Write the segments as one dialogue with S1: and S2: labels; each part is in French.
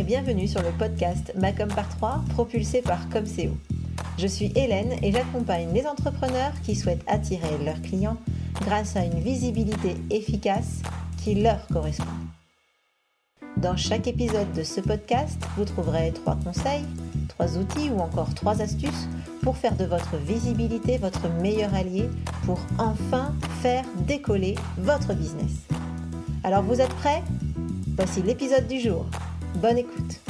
S1: bienvenue sur le podcast Macom par 3, propulsé par Comseo. Je suis Hélène et j'accompagne les entrepreneurs qui souhaitent attirer leurs clients grâce à une visibilité efficace qui leur correspond. Dans chaque épisode de ce podcast, vous trouverez 3 conseils, 3 outils ou encore 3 astuces pour faire de votre visibilité votre meilleur allié pour enfin faire décoller votre business. Alors vous êtes prêts ? Voici l'épisode du jour. Bonne écoute.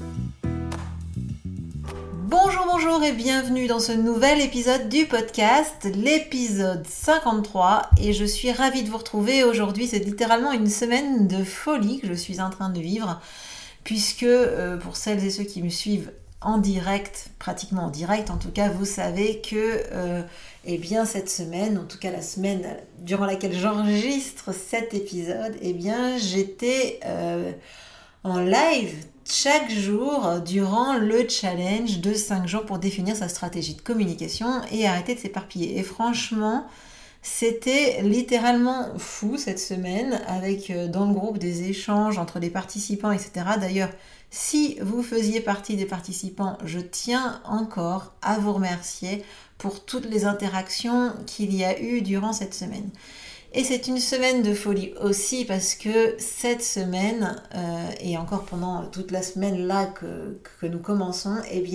S1: Bonjour et bienvenue dans ce nouvel épisode du podcast, l'épisode 53, et je suis ravie de vous retrouver aujourd'hui. C'est littéralement une semaine de folie que je suis en train de vivre, puisque pour celles et ceux qui me suivent en direct, pratiquement en direct en tout cas, vous savez que cette semaine, en tout cas la semaine durant laquelle j'enregistre cet épisode, j'étais en live chaque jour durant le challenge de 5 jours pour définir sa stratégie de communication et arrêter de s'éparpiller. Et franchement, c'était littéralement fou cette semaine avec dans le groupe des échanges entre les participants, etc. D'ailleurs, si vous faisiez partie des participants, je tiens encore à vous remercier pour toutes les interactions qu'il y a eu durant cette semaine. Et c'est une semaine de folie aussi parce que cette semaine, et encore pendant toute la semaine là que nous commençons,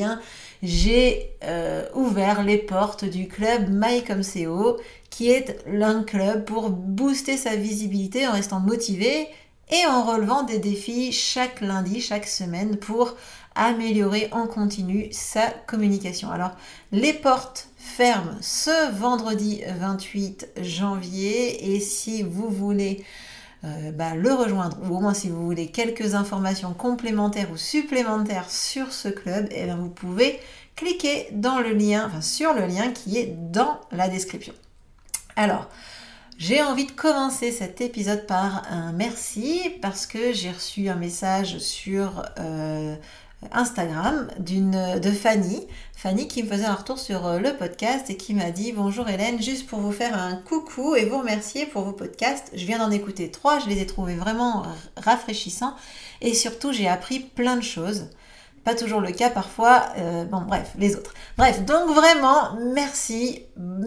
S1: j'ai ouvert les portes du club MyComseo, qui est un club pour booster sa visibilité en restant motivé et en relevant des défis chaque lundi, chaque semaine pour améliorer en continu sa communication. Alors, les portes ferment ce vendredi 28 janvier et si vous voulez le rejoindre, ou au moins si vous voulez quelques informations complémentaires ou supplémentaires sur ce club, vous pouvez cliquer sur le lien qui est dans la description. Alors, j'ai envie de commencer cet épisode par un merci parce que j'ai reçu un message sur Instagram de Fanny qui me faisait un retour sur le podcast et qui m'a dit: bonjour Hélène, juste pour vous faire un coucou et vous remercier pour vos podcasts. Je viens d'en écouter 3, je les ai trouvés vraiment rafraîchissants et surtout j'ai appris plein de choses. Pas toujours le cas parfois, les autres. Bref, donc vraiment, merci.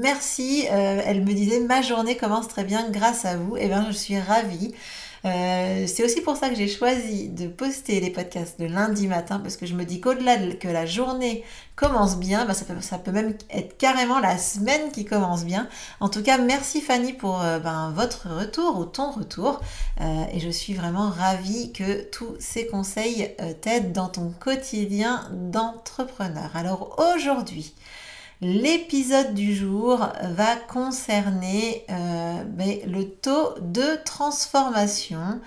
S1: Elle me disait: ma journée commence très bien grâce à vous. Je suis ravie. C'est aussi pour ça que j'ai choisi de poster les podcasts le lundi matin, parce que je me dis qu'au-delà que la journée commence bien, ça peut même être carrément la semaine qui commence bien. En tout cas, merci Fanny pour votre retour ou ton retour, et je suis vraiment ravie que tous ces conseils t'aident dans ton quotidien d'entrepreneur. Alors aujourd'hui, l'épisode du jour va concerner le taux de transformation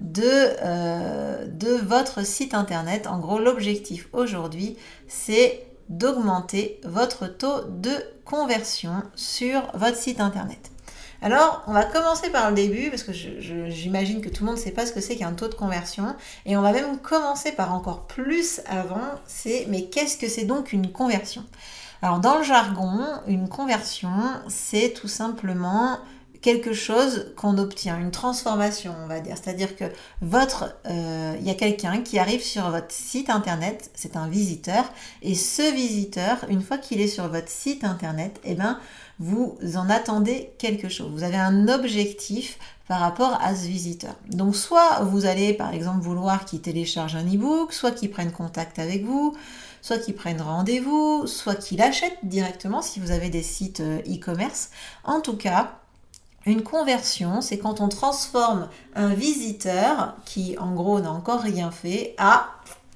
S1: de votre site internet. En gros, l'objectif aujourd'hui, c'est d'augmenter votre taux de conversion sur votre site internet. Alors, on va commencer par le début parce que j'imagine que tout le monde ne sait pas ce que c'est qu'un taux de conversion et on va même commencer par encore plus avant, mais qu'est-ce que c'est donc une conversion ? Alors dans le jargon, une conversion, c'est tout simplement quelque chose qu'on obtient, une transformation, on va dire. C'est-à-dire que y a quelqu'un qui arrive sur votre site internet, c'est un visiteur, et ce visiteur, une fois qu'il est sur votre site internet, vous en attendez quelque chose. Vous avez un objectif par rapport à ce visiteur. Donc soit vous allez par exemple vouloir qu'il télécharge un e-book, soit qu'il prenne contact avec vous, soit qu'il prenne rendez-vous, soit qu'il achète directement si vous avez des sites e-commerce. En tout cas, une conversion, c'est quand on transforme un visiteur qui en gros n'a encore rien fait à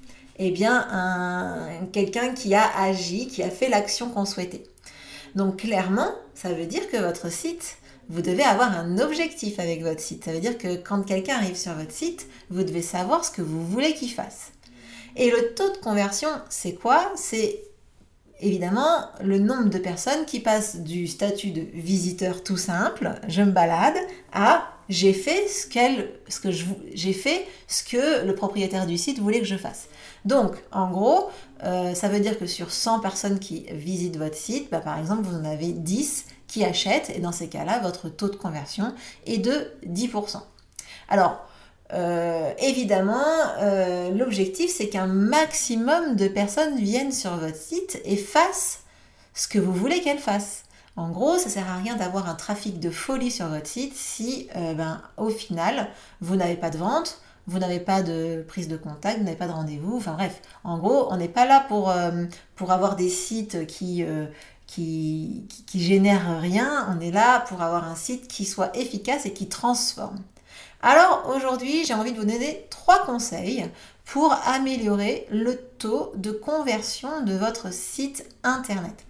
S1: quelqu'un qui a agi, qui a fait l'action qu'on souhaitait. Donc clairement, ça veut dire que votre site, vous devez avoir un objectif avec votre site. Ça veut dire que quand quelqu'un arrive sur votre site, vous devez savoir ce que vous voulez qu'il fasse. Et le taux de conversion, c'est quoi ? C'est évidemment le nombre de personnes qui passent du statut de visiteur tout simple, je me balade, à j'ai fait ce que le propriétaire du site voulait que je fasse. Donc, en gros, ça veut dire que sur 100 personnes qui visitent votre site, par exemple, vous en avez 10 qui achètent, et dans ces cas-là, votre taux de conversion est de 10%. Alors, évidemment, l'objectif, c'est qu'un maximum de personnes viennent sur votre site et fassent ce que vous voulez qu'elles fassent. En gros, ça ne sert à rien d'avoir un trafic de folie sur votre site si, au final, vous n'avez pas de vente, vous n'avez pas de prise de contact, vous n'avez pas de rendez-vous. Enfin bref, en gros, on n'est pas là pour avoir des sites qui génèrent rien. On est là pour avoir un site qui soit efficace et qui transforme. Alors aujourd'hui, j'ai envie de vous donner 3 conseils pour améliorer le taux de conversion de votre site internet.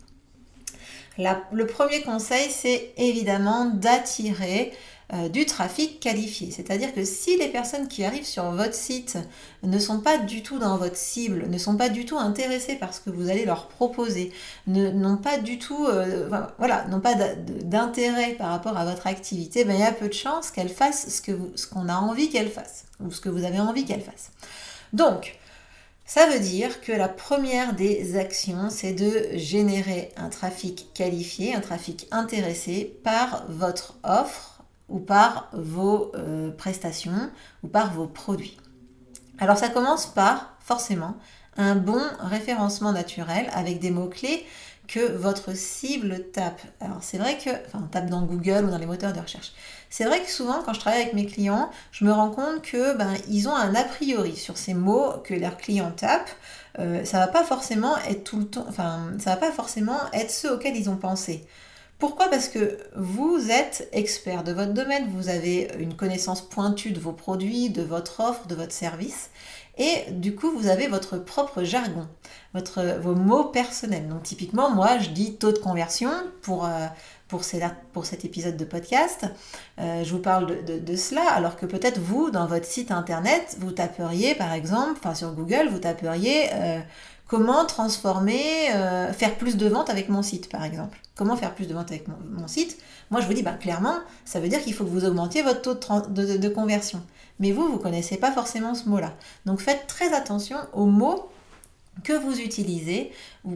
S1: Le premier conseil, c'est évidemment d'attirer du trafic qualifié. C'est-à-dire que si les personnes qui arrivent sur votre site ne sont pas du tout dans votre cible, ne sont pas du tout intéressées par ce que vous allez leur proposer, n'ont pas du tout, n'ont pas d'intérêt par rapport à votre activité, il y a peu de chances qu'elles fassent ce qu'on a envie qu'elles fassent, ou ce que vous avez envie qu'elles fassent. Donc, ça veut dire que la première des actions, c'est de générer un trafic qualifié, un trafic intéressé par votre offre ou par vos prestations ou par vos produits. Alors ça commence par, forcément, un bon référencement naturel avec des mots-clés que votre cible tape. Alors c'est vrai que, tape dans Google ou dans les moteurs de recherche. C'est vrai que souvent, quand je travaille avec mes clients, je me rends compte que ils ont un a priori sur ces mots que leurs clients tapent. Ça va pas forcément être tout le temps, ça va pas forcément être ceux auxquels ils ont pensé. Pourquoi ? Parce que vous êtes expert de votre domaine, vous avez une connaissance pointue de vos produits, de votre offre, de votre service, et du coup vous avez votre propre jargon, vos mots personnels. Donc typiquement, moi je dis taux de conversion pour cet épisode de podcast. Je vous parle de cela, alors que peut-être vous, dans votre site internet, vous taperiez par exemple, sur Google, vous taperiez comment transformer, faire plus de ventes avec mon site par exemple. Comment faire plus de ventes avec mon site ? Moi je vous dis clairement, ça veut dire qu'il faut que vous augmentiez votre taux de conversion. Mais vous ne connaissez pas forcément ce mot-là. Donc faites très attention aux mots que vous utilisez ou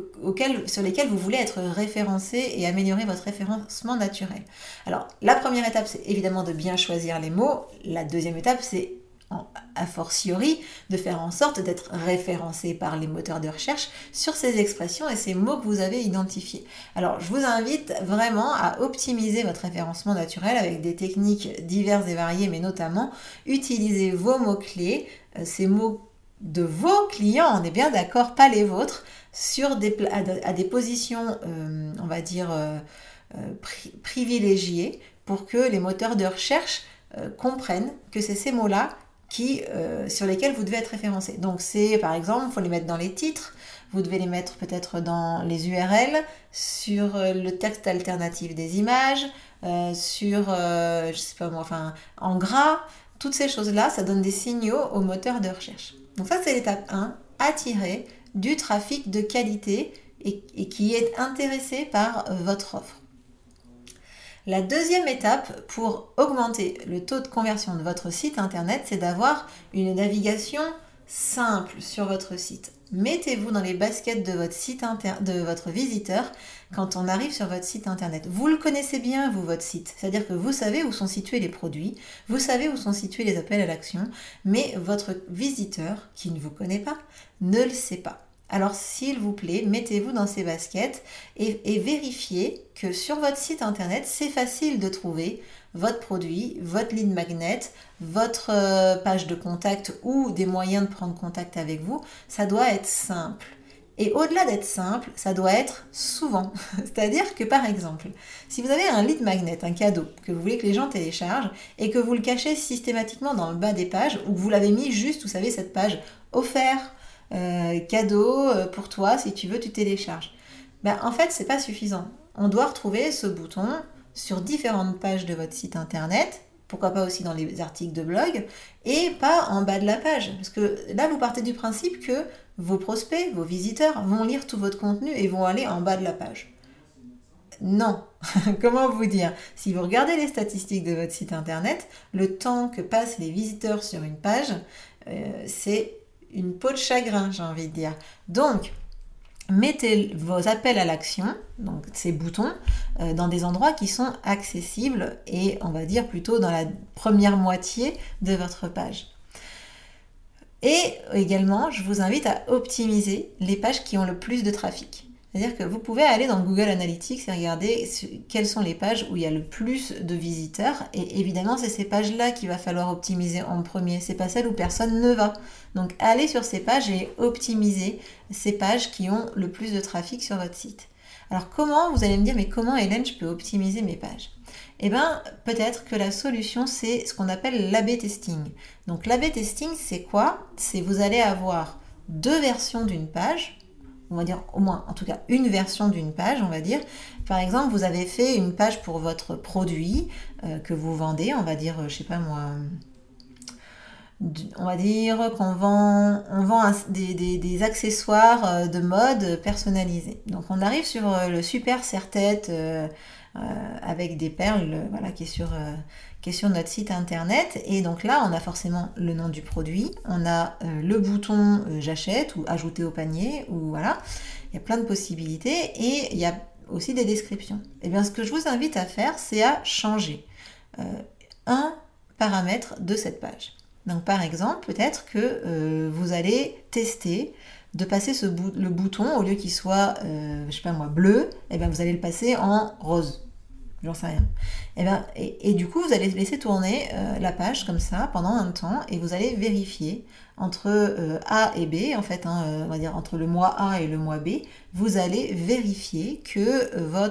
S1: sur lesquels vous voulez être référencé et améliorer votre référencement naturel. Alors, la première étape, c'est évidemment de bien choisir les mots. La deuxième étape, c'est a fortiori de faire en sorte d'être référencé par les moteurs de recherche sur ces expressions et ces mots que vous avez identifiés. Alors, je vous invite vraiment à optimiser votre référencement naturel avec des techniques diverses et variées, mais notamment utiliser vos mots-clés, ces mots de vos clients, on est bien d'accord, pas les vôtres, à des positions, privilégiées pour que les moteurs de recherche comprennent que c'est ces mots-là sur lesquels vous devez être référencé. Donc c'est, par exemple, il faut les mettre dans les titres, vous devez les mettre peut-être dans les URL, sur le texte alternatif des images, en gras. Toutes ces choses-là, ça donne des signaux aux moteurs de recherche. Donc ça, c'est l'étape 1, attirer du trafic de qualité et qui est intéressé par votre offre. La deuxième étape pour augmenter le taux de conversion de votre site internet, c'est d'avoir une navigation simple sur votre site. Mettez-vous dans les baskets de votre visiteur quand on arrive sur votre site internet. Vous le connaissez bien, votre site. C'est-à-dire que vous savez où sont situés les produits, vous savez où sont situés les appels à l'action, mais votre visiteur, qui ne vous connaît pas, ne le sait pas. Alors, s'il vous plaît, mettez-vous dans ces baskets et vérifiez que sur votre site internet, c'est facile de trouver votre produit, votre lead magnet, votre page de contact ou des moyens de prendre contact avec vous. Ça doit être simple. Et au-delà d'être simple, ça doit être souvent. C'est-à-dire que, par exemple, si vous avez un lead magnet, un cadeau, que vous voulez que les gens téléchargent et que vous le cachez systématiquement dans le bas des pages ou que vous l'avez mis juste, vous savez, cette page offert, cadeau pour toi, si tu veux, tu télécharges. En fait, c'est pas suffisant. On doit retrouver ce bouton sur différentes pages de votre site internet, pourquoi pas aussi dans les articles de blog, et pas en bas de la page. Parce que là, vous partez du principe que vos prospects, vos visiteurs vont lire tout votre contenu et vont aller en bas de la page. Non. Comment vous dire ? Si vous regardez les statistiques de votre site internet, le temps que passent les visiteurs sur une page, c'est une peau de chagrin, j'ai envie de dire. Donc, mettez vos appels à l'action, donc ces boutons, dans des endroits qui sont accessibles et on va dire plutôt dans la première moitié de votre page. Et également, je vous invite à optimiser les pages qui ont le plus de trafic. C'est-à-dire que vous pouvez aller dans Google Analytics et regarder quelles sont les pages où il y a le plus de visiteurs. Et évidemment, c'est ces pages-là qu'il va falloir optimiser en premier. C'est pas celles où personne ne va. Donc, allez sur ces pages et optimisez ces pages qui ont le plus de trafic sur votre site. Alors, comment, vous allez me dire, mais comment, Hélène, je peux optimiser mes pages ? Eh bien, peut-être que la solution, c'est ce qu'on appelle l'A/B testing. Donc, l'A/B testing, c'est quoi ? C'est vous allez avoir 2 versions d'une page, on va dire au moins, en tout cas, une version d'une page, on va dire. Par exemple, vous avez fait une page pour votre produit que vous vendez, on va dire, je sais pas moi, on va dire qu'on vend des accessoires de mode personnalisés. Donc, on arrive sur le super serre-tête avec des perles, voilà, qui est sur notre site internet. Et donc là, on a forcément le nom du produit, on a le bouton j'achète ou ajouter au panier, ou voilà, il y a plein de possibilités et il y a aussi des descriptions. Et bien, ce que je vous invite à faire, c'est à changer un paramètre de cette page. Donc par exemple, peut-être que vous allez tester de passer le bouton, au lieu qu'il soit, je sais pas moi, bleu, et bien vous allez le passer en rose. J'en sais rien. Et du coup, vous allez laisser tourner la page comme ça pendant un temps et vous allez vérifier entre A et B, en fait, on va dire entre le mois A et le mois B, vous allez vérifier que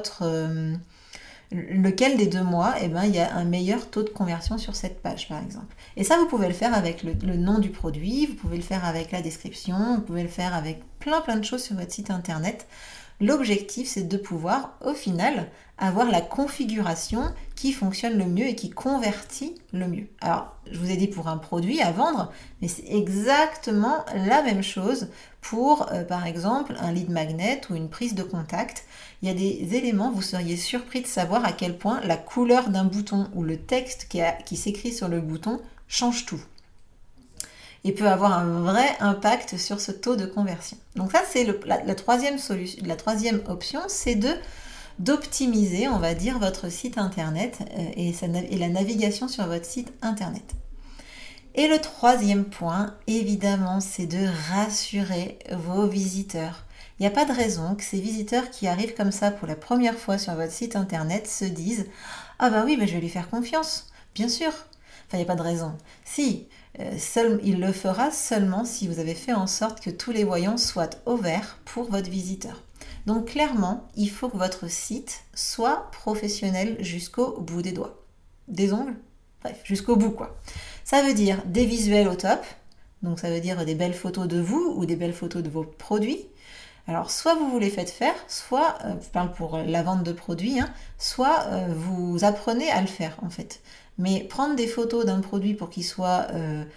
S1: lequel des 2 mois, il y a un meilleur taux de conversion sur cette page, par exemple. Et ça, vous pouvez le faire avec le nom du produit, vous pouvez le faire avec la description, vous pouvez le faire avec plein de choses sur votre site internet. L'objectif, c'est de pouvoir, au final, avoir la configuration qui fonctionne le mieux et qui convertit le mieux. Alors, je vous ai dit pour un produit à vendre, mais c'est exactement la même chose pour, par exemple, un lead magnet ou une prise de contact. Il y a des éléments, vous seriez surpris de savoir à quel point la couleur d'un bouton ou le texte qui s'écrit sur le bouton change tout. Et peut avoir un vrai impact sur ce taux de conversion. Donc ça, c'est la troisième solution, la troisième option, c'est d'optimiser, on va dire, votre site internet et la navigation sur votre site internet. Et le troisième point, évidemment, c'est de rassurer vos visiteurs. Il n'y a pas de raison que ces visiteurs qui arrivent comme ça pour la première fois sur votre site internet se disent « Ah bah oui, je vais lui faire confiance, bien sûr ». Enfin, il n'y a pas de raison. Si, il le fera seulement si vous avez fait en sorte que tous les voyants soient au vert pour votre visiteur. Donc clairement, il faut que votre site soit professionnel jusqu'au bout des doigts. Des ongles ? Bref, jusqu'au bout quoi. Ça veut dire des visuels au top, donc ça veut dire des belles photos de vous ou des belles photos de vos produits. Alors, soit vous vous les faites faire, soit, je parle pour la vente de produits, soit vous apprenez à le faire en fait. Mais prendre des photos d'un produit pour qu'il soit,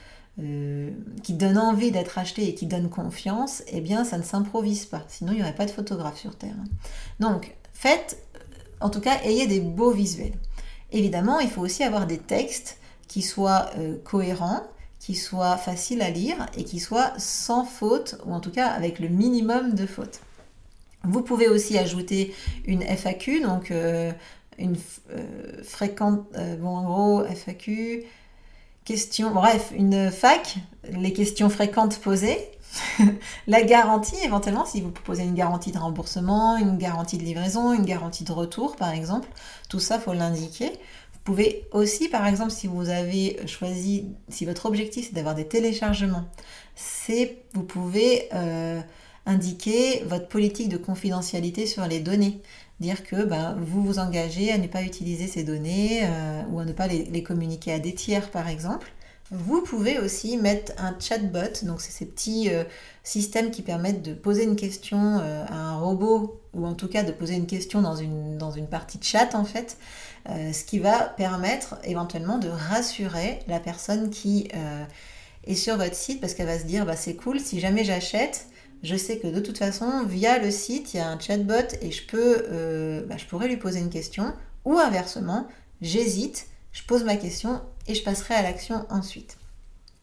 S1: qui donne envie d'être acheté et qui donne confiance, eh bien ça ne s'improvise pas. Sinon, il n'y aurait pas de photographe sur Terre. Donc, en tout cas, ayez des beaux visuels. Évidemment, il faut aussi avoir des textes qui soient cohérents, qui soit facile à lire et qui soit sans faute, ou en tout cas avec le minimum de fautes. Vous pouvez aussi ajouter une FAQ, donc une fréquente, en gros FAQ, question, bref, une FAQ, les questions fréquentes posées, la garantie éventuellement, si vous proposez une garantie de remboursement, une garantie de livraison, une garantie de retour par exemple, tout ça, il faut l'indiquer. Vous pouvez aussi, par exemple, si vous avez choisi, si votre objectif c'est d'avoir des téléchargements, vous pouvez indiquer votre politique de confidentialité sur les données. Dire que vous vous engagez à ne pas utiliser ces données ou à ne pas les communiquer à des tiers, par exemple. Vous pouvez aussi mettre un chatbot, donc c'est ces petits systèmes qui permettent de poser une question à un robot, ou en tout cas de poser une question dans une partie de chat en fait, ce qui va permettre éventuellement de rassurer la personne qui est sur votre site, parce qu'elle va se dire c'est cool, si jamais j'achète, je sais que de toute façon via le site il y a un chatbot et je pourrais lui poser une question, ou inversement, j'hésite, je pose ma question et je passerai à l'action ensuite.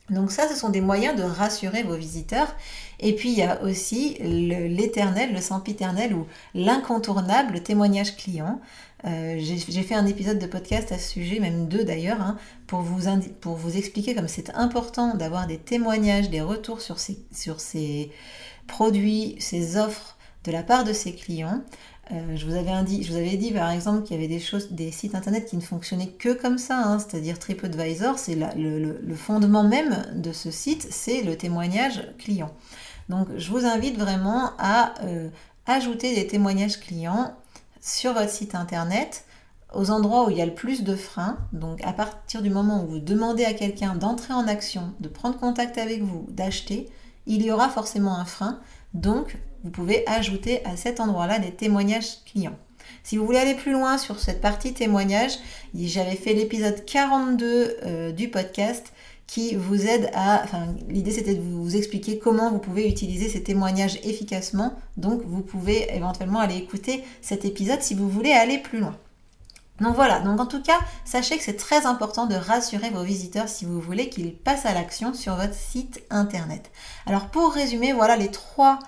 S1: Donc ça, ce sont des moyens de rassurer vos visiteurs. Et puis, il y a aussi l'éternel, le sempiternel ou l'incontournable témoignage client. J'ai fait un épisode de podcast à ce sujet, même 2 d'ailleurs, hein, pour vous expliquer comme c'est important d'avoir des témoignages, des retours sur ces produits, ces offres de la part de ses clients. Je vous avais dit par exemple qu'il y avait des sites internet qui ne fonctionnaient que comme ça, hein, c'est-à-dire TripAdvisor, c'est le fondement même de ce site, c'est le témoignage client. Donc je vous invite vraiment à ajouter des témoignages clients sur votre site internet aux endroits où il y a le plus de freins. Donc à partir du moment où vous demandez à quelqu'un d'entrer en action, de prendre contact avec vous, d'acheter, il y aura forcément un frein. Donc vous pouvez ajouter à cet endroit-là des témoignages clients. Si vous voulez aller plus loin sur cette partie témoignage, j'avais fait l'épisode 42 du podcast qui vous aide l'idée c'était de vous expliquer comment vous pouvez utiliser ces témoignages efficacement. Donc vous pouvez éventuellement aller écouter cet épisode si vous voulez aller plus loin. Donc voilà, donc en tout cas, sachez que c'est très important de rassurer vos visiteurs si vous voulez qu'ils passent à l'action sur votre site internet. Alors pour résumer, voilà les trois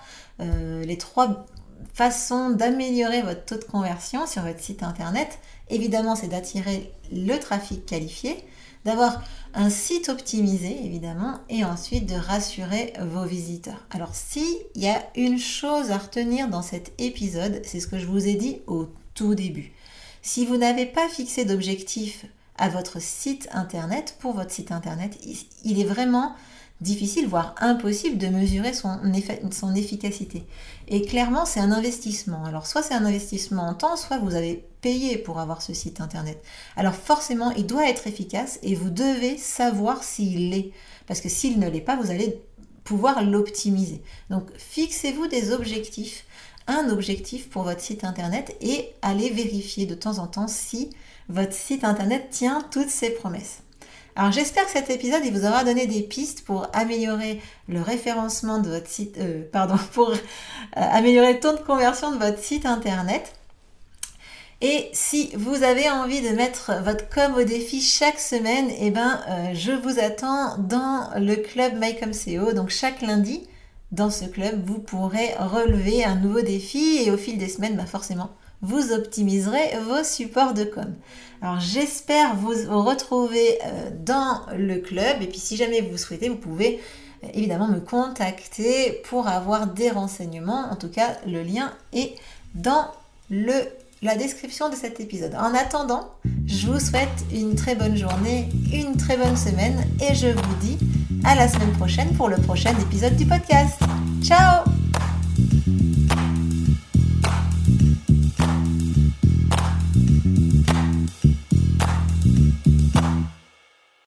S1: façons d'améliorer votre taux de conversion sur votre site internet. Évidemment, c'est d'attirer le trafic qualifié, d'avoir un site optimisé, évidemment, et ensuite de rassurer vos visiteurs. Alors s'il y a une chose à retenir dans cet épisode, c'est ce que je vous ai dit au tout début. Si vous n'avez pas fixé d'objectif à votre site internet, pour votre site internet, il est vraiment difficile, voire impossible de mesurer son efficacité. Et clairement, c'est un investissement. Alors, soit c'est un investissement en temps, soit vous avez payé pour avoir ce site internet. Alors forcément, il doit être efficace et vous devez savoir s'il l'est. Parce que s'il ne l'est pas, vous allez pouvoir l'optimiser. Donc, fixez-vous des objectifs. Un objectif pour votre site internet et allez vérifier de temps en temps si votre site internet tient toutes ses promesses. Alors j'espère que cet épisode il vous aura donné des pistes pour améliorer le référencement de votre site, pour améliorer le taux de conversion de votre site internet. Et si vous avez envie de mettre votre com au défi chaque semaine, je vous attends dans le club MyComSEO, donc chaque lundi. Dans ce club, vous pourrez relever un nouveau défi et au fil des semaines, forcément, vous optimiserez vos supports de com. Alors, j'espère vous retrouver dans le club et puis si jamais vous souhaitez, vous pouvez évidemment me contacter pour avoir des renseignements. En tout cas, le lien est dans la description de cet épisode. En attendant, je vous souhaite une très bonne journée, une très bonne semaine et je vous dis à la semaine prochaine pour le prochain épisode du podcast. Ciao!